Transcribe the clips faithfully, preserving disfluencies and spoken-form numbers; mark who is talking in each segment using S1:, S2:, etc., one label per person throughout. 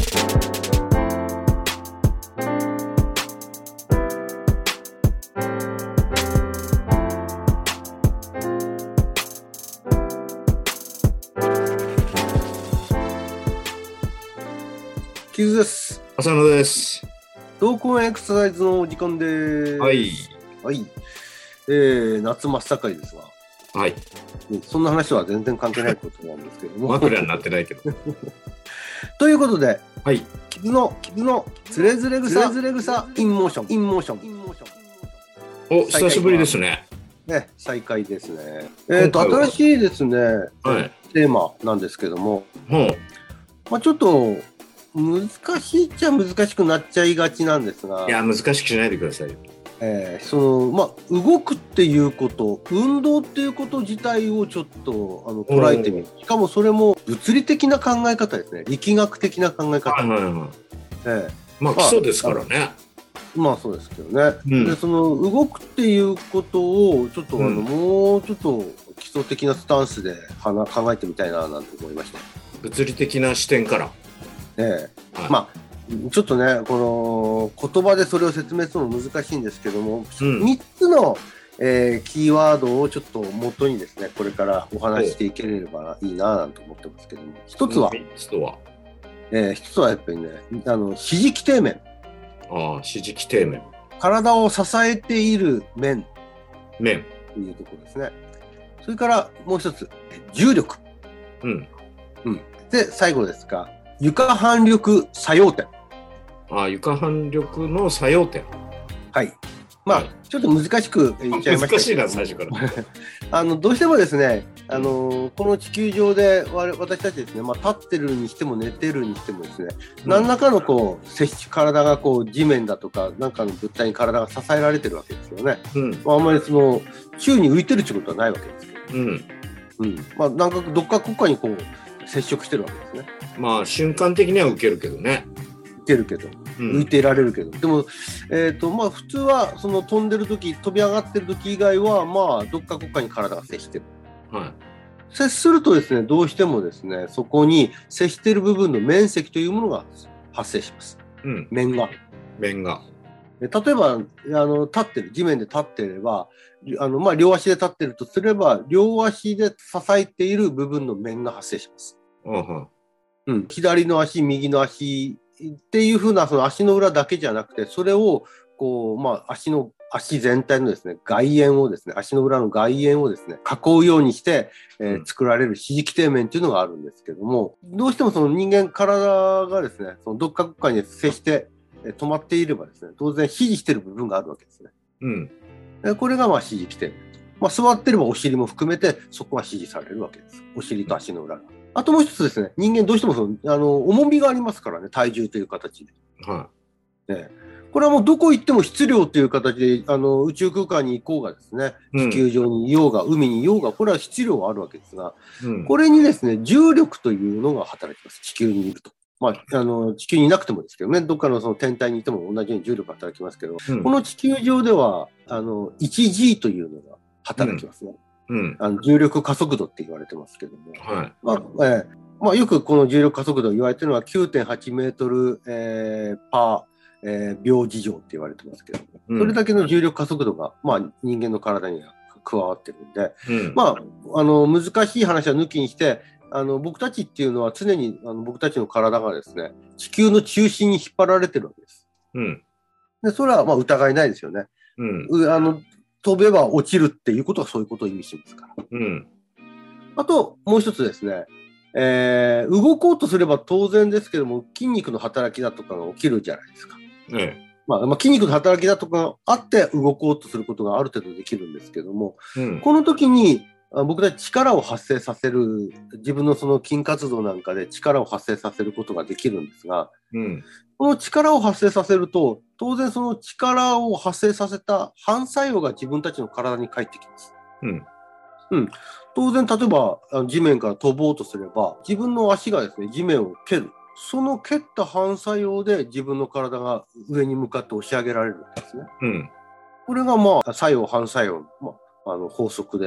S1: キズです。
S2: 浅野です。
S1: 同根エクササイズのお時間です。
S2: はい。
S1: はい。えー、夏真っ盛りですが。
S2: はい。
S1: そんな話は全然関係ないことなんですけども。
S2: 枕になってないけど。
S1: ということで、
S2: はい。
S1: キズの、キズの、つれづれ草、つれづれ草、インモーション、インモーション、インモーション。
S2: お、久しぶりですね。
S1: ね、再開ですね。えっと、新しいですね、
S2: はい、
S1: テーマなんですけども、
S2: うん、
S1: まあちょっと、難しいっちゃ難しくなっちゃいがちなんですが、
S2: いや難しくしないでくださいよ。
S1: えー、そのまあ動くっていうこと、運動っていうこと自体をちょっとあの捉えてみる。しかもそれも物理的な考え方ですね。力学的な考え方。
S2: はいはいはい。
S1: えー、
S2: まあ基礎ですからね。
S1: まあそうですけどね。うん、でその動くっていうことをちょっとあの、うん、もうちょっと基礎的なスタンスで考えてみたいななんて思いました。
S2: 物理的な視点から。
S1: ええ、はい、まあちょっとねこの言葉でそれを説明するの難しいんですけども、うん、みっつの、えー、キーワードをちょっと元にですねこれからお話ししていければいいなと思ってますけども、一つは、
S2: みっつとは、
S1: えー、一つはやっぱりねあの支持基底面。
S2: ああ、支持基底面。
S1: 体を支えている面。
S2: 面
S1: というところですね。それからもう一つ重力。
S2: うん。
S1: うん。で最後ですが床反力作用点。
S2: ああ、床反力の作用点。
S1: はい。まあ、はい、ちょっと難しく言っちゃいましたけど。
S2: 難しいな最初から。
S1: あのどうしてもですね、あのこの地球上で私たちですね、まあ、立ってるにしても寝てるにしてもですね、うん、何らかのこう接触体がこう地面だとか何かの物体に体が支えられてるわけですよね。うん、まあ、あんまりその宙に浮いてるってことはないわけですけど、うんうん、まあ、なんかどっか国家にこう接触してるわけですね。
S2: まあ瞬間的には受けるけどね。
S1: 受けるけど、浮いていられるけど、うん、でも、えーとまあ、普通はその飛んでる時飛び上がってる時以外はまあどっか国家に体が接してる。はい、接するとですねどうしてもですねそこに接している部分の面積というものが発生します。うん、面が。
S2: 面が。
S1: 例えばあの立ってる地面で立っていればあの、まあ、両足で立っているとすれば両足で支えている部分の面が発生します。うんうん、左の足右の足っていう風なその足の裏だけじゃなくてそれをこう、まあ、足の足全体のですね外縁をですね足の裏の外縁をですね囲うようにして、えー、作られる支持基底面というのがあるんですけども、どうしてもその人間体がですねそのどっか国家に接して止まっていればですね当然支持している部分があるわけですね。うん、これがまあ支持基底面、まあ、座ってればお尻も含めてそこは支持されるわけです。お尻と足の裏が。あともう一つですね、人間どうしてもそのあの重みがありますからね、体重という形で。はいね、これはもうどこ行っても質量という形であの宇宙空間に行こうがですね、地球上にいようが、うん、海にいようが、これは質量はあるわけですが、うん、これにですね、重力というのが働きます、地球にいると。まあ、あの地球にいなくてもですけどね、どっかのその天体にいても同じように重力が働きますけど、うん、この地球上ではあの いちジー というのが働きますね。うんうん、あの重力加速度って言われてますけども、はいまあえーまあ、よくこの重力加速度言われているのは きゅうてんはちメートル、えー、パー、えー、秒次乗って言われてますけども、うん、それだけの重力加速度が、まあ、人間の体には加わってるんで、うんまあ、あの難しい話は抜きにしてあの僕たちっていうのは常にあの僕たちの体がですね地球の中心に引っ張られてるわけです。うん、でそれはまあ疑いないですよね。うん、あの飛べば落ちるっていうことはそういうことを意味しますから。うん、あともう一つですね、えー、動こうとすれば当然ですけども筋肉の働きだとかが起きるじゃないですか。ええまあまあ、筋肉の働きだとかがあって動こうとすることがある程度できるんですけども、うん、この時に僕たち力を発生させる自分のその筋活動なんかで力を発生させることができるんですが、うん、この力を発生させると当然その力を発生させた反作用が自分たちの体に返ってきます。うんうん、当然例えば地面から飛ぼうとすれば自分の足がですね地面を蹴る、その蹴った反作用で自分の体が上に向かって押し上げられるんですね。うん、これがまあ作用反作用の、まあ、あの法則で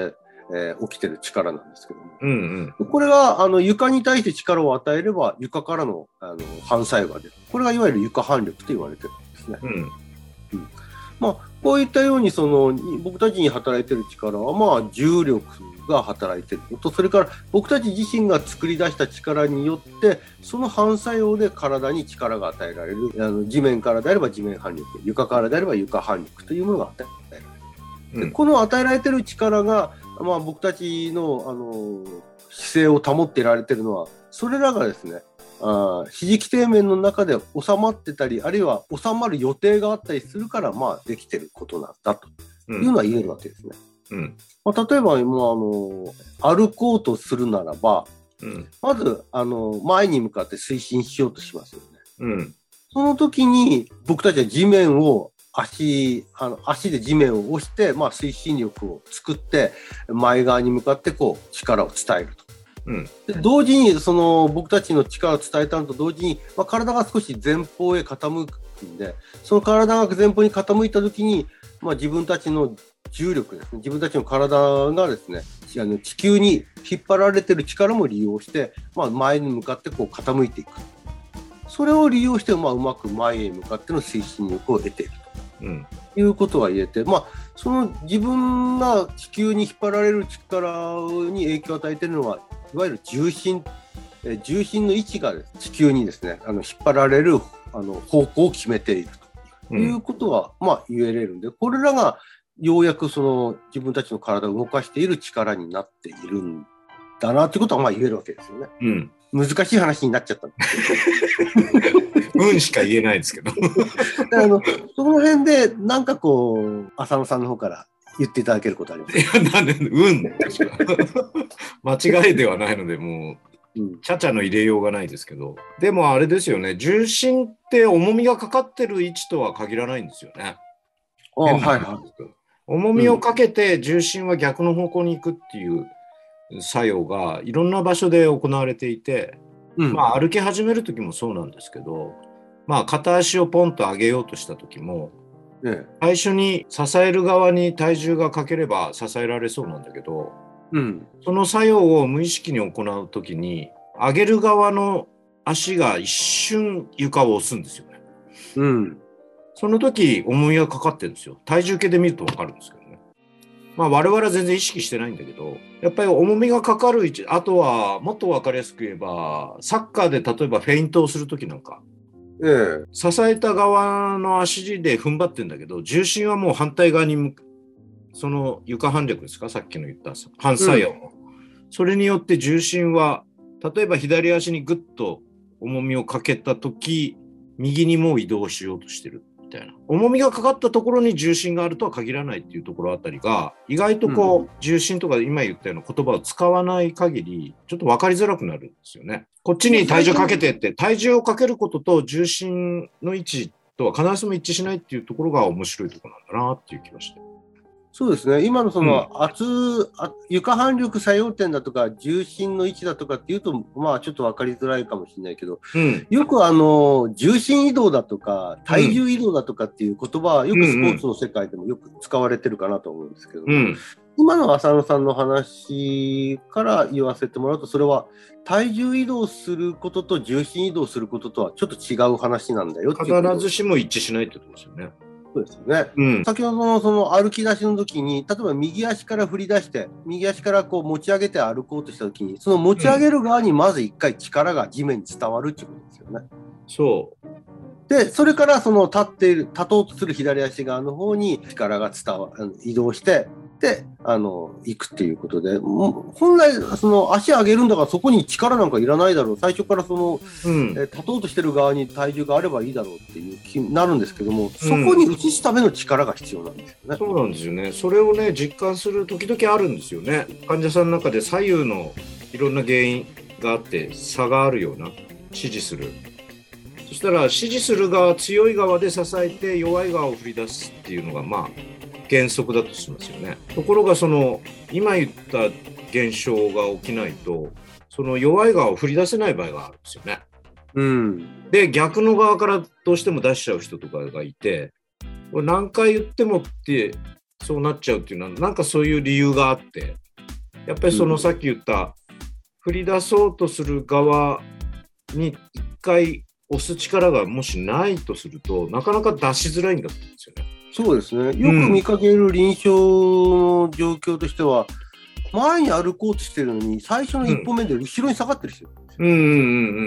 S1: えー、起きてる力なんですけども、
S2: うんうん、
S1: これがあの床に対して力を与えれば床からの、あの反作用が出る。これがいわゆる床反力と言われてるんですね。
S2: うん
S1: うん、まあ、こういったようにその僕たちに働いてる力は、まあ、重力が働いているのと、それから僕たち自身が作り出した力によってその反作用で体に力が与えられる。あの地面からであれば地面反力、床からであれば床反力というものが与えられる。でこの与えられている力が、まあ、僕たちの、あの姿勢を保っていられているのは、それらがですね、あ支持基底面の中で収まってたり、あるいは収まる予定があったりするから、まあ、できてることなんだというのは言えるわけですね。うんうんまあ、例えば、もうあの歩こうとするならば、うん、まずあの前に向かって推進しようとしますよね。うん、その時に僕たちは地面を足、あの足で地面を押して、まあ、推進力を作って前側に向かってこう力を伝えると。うん、で同時にその僕たちの力を伝えたのと同時に、まあ、体が少し前方へ傾くんで、その体が前方に傾いた時に、まあ、自分たちの重力ですね、自分たちの体がですね、あの地球に引っ張られている力も利用して、まあ、前に向かってこう傾いていく。それを利用して、まあ、うまく前へ向かっての推進力を得ていると、うん、いうことが言えて、まあ、その自分が地球に引っ張られる力に影響を与えているのは、いわゆる重心、え重心の位置が地球にですね、あの引っ張られるあの方向を決めているということは、うん、まあ、言えれるんで、これらがようやくその自分たちの体を動かしている力になっているんだなということはまあ言えるわけですよね。うん、難しい話になっちゃったんですけど。
S2: うんしか言えないですけど。
S1: あのその辺でなんかこう浅野さんの方から言っていただけることありますか？
S2: いや、なんで、うん間違いではないので、もう、うん、ちゃちゃの入れようがないですけど、でもあれですよね、重心って重みがかかってる位置とは限らないんですよね。
S1: あ、はいはい。
S2: 重みをかけて重心は逆の方向に行くっていう作用がいろんな場所で行われていて、うん、まあ歩き始める時もそうなんですけど、まあ片足をポンと上げようとした時も、ね、最初に支える側に体重がかければ支えられそうなんだけど、うん、その作用を無意識に行う時に上げる側の足が一瞬床を押すんですよね。うん、その時重みがかかってるんですよ。体重計で見ると分かるんですけどね。まあ我々は全然意識してないんだけど、やっぱり重みがかかる位置、あとはもっと分かりやすく言えば、サッカーで例えばフェイントをする時なんか、ええ、支えた側の足で踏ん張ってるんだけど、重心はもう反対側に向く、その床反力ですか、さっきの言った反作用、うん、それによって重心は例えば左足にグッと重みをかけた時、右にもう移動しようとしてるみたいな。重みがかかったところに重心があるとは限らないっていうところあたりが、意外とこう、うん、重心とか今言ったような言葉を使わない限りちょっと分かりづらくなるんですよね。こっちに体重かけてって、体重をかけることと重心の位置とは必ずしも一致しないっていうところが面白いところなんだなっていう気がして。
S1: そうですね。今のその圧、うん、床反力作用点だとか重心の位置だとかっていうと、まあちょっと分かりづらいかもしれないけど、うん、よくあの重心移動だとか体重移動だとかっていう言葉はよくスポーツの世界でもよく使われてるかなと思うんですけど、うん、今の浅野さんの話から言わせてもらうと、それは体重移動することと重心移動することとはちょっと違う話なんだよっていう。
S2: 必ずしも一致しないってことですよね。
S1: そうですよね。うん、先ほどのその歩き出しの時に、例えば右足から振り出して、右足からこう持ち上げて歩こうとした時に、その持ち上げる側にまず一回力が地面に伝わるっていうことですよね。
S2: そう。
S1: で、それからその立っている、立とうとする左足側の方に力が伝わ、移動して、で、あの、行くっていうことで、本来、その足上げるんだからそこに力なんかいらないだろう。最初からその、うん、え立とうとしてる側に体重があればいいだろうっていう気になるんですけども、そこに移すための力が必要なんですよね。
S2: うん、そうなんですよね。それをね、実感する時々あるんですよね。患者さんの中で左右のいろんな原因があって差があるような、支持する。そしたら支持する側、強い側で支えて弱い側を振り出すっていうのが、まあ、原則だとしますよね。ところがその今言った現象が起きないと、その弱い側を振り出せない場合があるんですよね。うん、で逆の側からどうしても出しちゃう人とかがいて、これ何回言ってもってそうなっちゃうっていうのはなんかそういう理由があって、 やっぱりそのさっき言った、うん、振り出そうとする側に一回押す力がもしないとすると、なかなか出しづらいんだと思うんですよね。
S1: そうですね。よく見かける臨床の状況としては、うん、前に歩こうとしてるのに、最初の一歩目で後ろに下がってる人なんですよ。うんうんうんうん。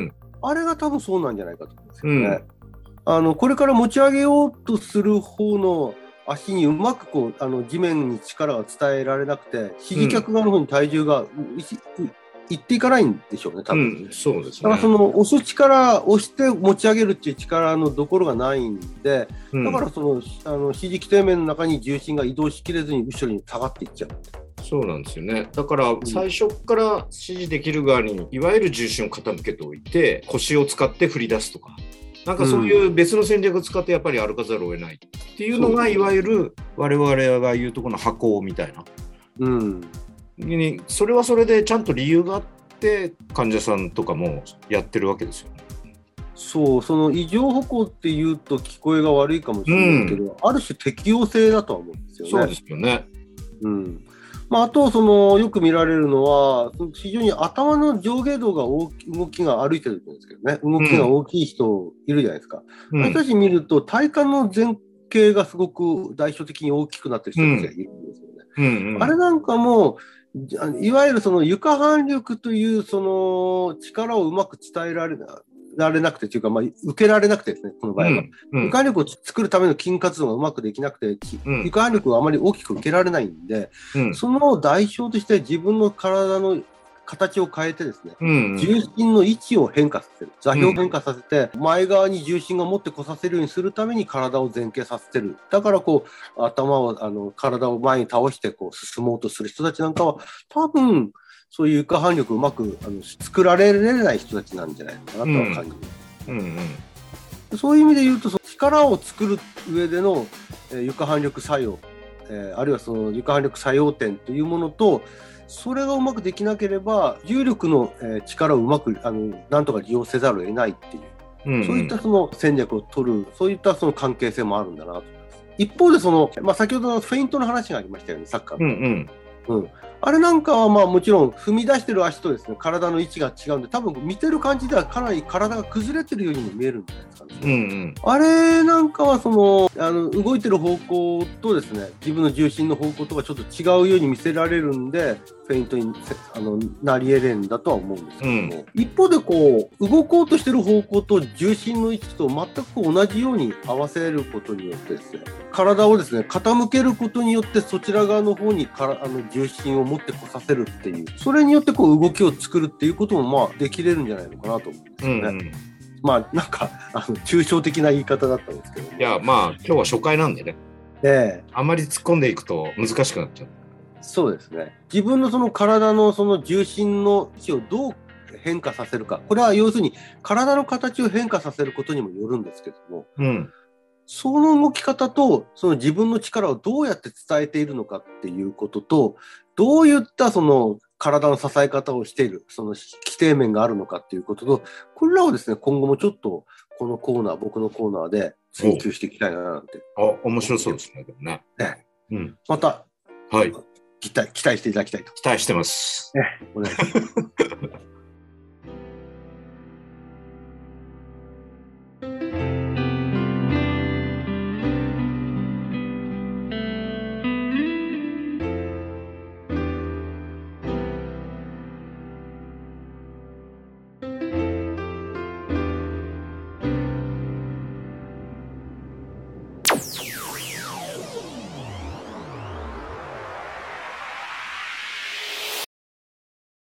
S1: あれが多分そうなんじゃないかと思うんですよね。うん、あのこれから持ち上げようとする方の足にうまくこうあの地面に力が伝えられなくて、支持脚側の方に体重が、うん、いっていかないんでしょうね、多分。
S2: うん、そうですね。
S1: だからその押す力、押して持ち上げるっていう力のところがないんで、うん、だからそのあの支持基底面の中に重心が移動しきれずに後ろに下がっていっちゃう。
S2: そうなんですよね。だから最初から支持できる側にいわゆる重心を傾けておいて、腰を使って振り出すとか、なんかそういう別の戦略を使ってやっぱり歩かざるを得ないっていうのが、いわゆる我々が言うところの箱みたいな。うん。それはそれでちゃんと理由があって患者さんとかもやってるわけですよね。
S1: そう、その異常歩行っていうと聞こえが悪いかもしれないけど、うん、ある種適応性だとは思うんですよね。
S2: そうですよね。
S1: うん。まあ、あとそのよく見られるのは非常に頭の上下動が大き動きが歩いてるんですけどね、動きが大きい人いるじゃないですか。うん、私たち見ると体幹の前傾がすごく代償的に大きくなってる人たちがいるんですよね。うんうんうん、あれなんかもいわゆるその床反力というその力をうまく伝えられられなくてというか、まあ、受けられなくてですね、この場合は、うんうん、床反力を作るための筋活動がうまくできなくて、うん、床反力をあまり大きく受けられないんで、うん、その代償として自分の体の形を変えてですね、うんうん、重心の位置を変化させる、座標を変化させて、うん、前側に重心が持ってこさせるようにするために体を前傾させてる。だからこう頭をあの体を前に倒してこう進もうとする人たちなんかは多分そういう床反力をうまくあの作られない人たちなんじゃないのかなとは感じます。うんうんうん、そういう意味で言うと、その力を作る上での、えー、床反力作用、えー、あるいはその床反力作用点というものと、それがうまくできなければ重力の、えー、力をうまくあのなんとか利用せざるを得ないっていう、うんうん、そういったその戦略を取る、そういったその関係性もあるんだなと思います。一方でその、まあ、先ほどのフェイントの話がありましたよね、サッカーの。うんうんうん、あれなんかはまあもちろん踏み出してる足とですね、体の位置が違うんで、多分見てる感じではかなり体が崩れてるようにも見えるんじゃないですかね。うんうん、あれなんかはそのあの動いてる方向とですね、自分の重心の方向とかちょっと違うように見せられるんで、フェイントにあのなり得るんだとは思うんですけども、うん、一方でこう動こうとしてる方向と重心の位置と全く同じように合わせることによってですね、体をですね傾けることによってそちら側の方にからあの重心を持ってこさせるっていう、それによってこう動きを作るっていうこともまあできれるんじゃないのかなと思うんですよね。うんうん、まあなんかあの抽象的な言い方だったんですけど、
S2: いやまあ今日は初回なんでね、えー、あまり突っ込んでいくと難しくなっちゃう。
S1: そうですね。自分のその体のその重心の位置をどう変化させるか、これは要するに体の形を変化させることにもよるんですけども、うん、その動き方とその自分の力をどうやって伝えているのかっていうことと、どういったその体の支え方をしているその基底面があるのかっていうことと、これらをですね今後もちょっとこのコーナー、僕のコーナーで追求していきたいななんて。
S2: あ、面白そうですね。でもね。ね、
S1: うん、また、はい、期待、期待していただきたいと。
S2: 期待してます。
S1: ね、お願いします。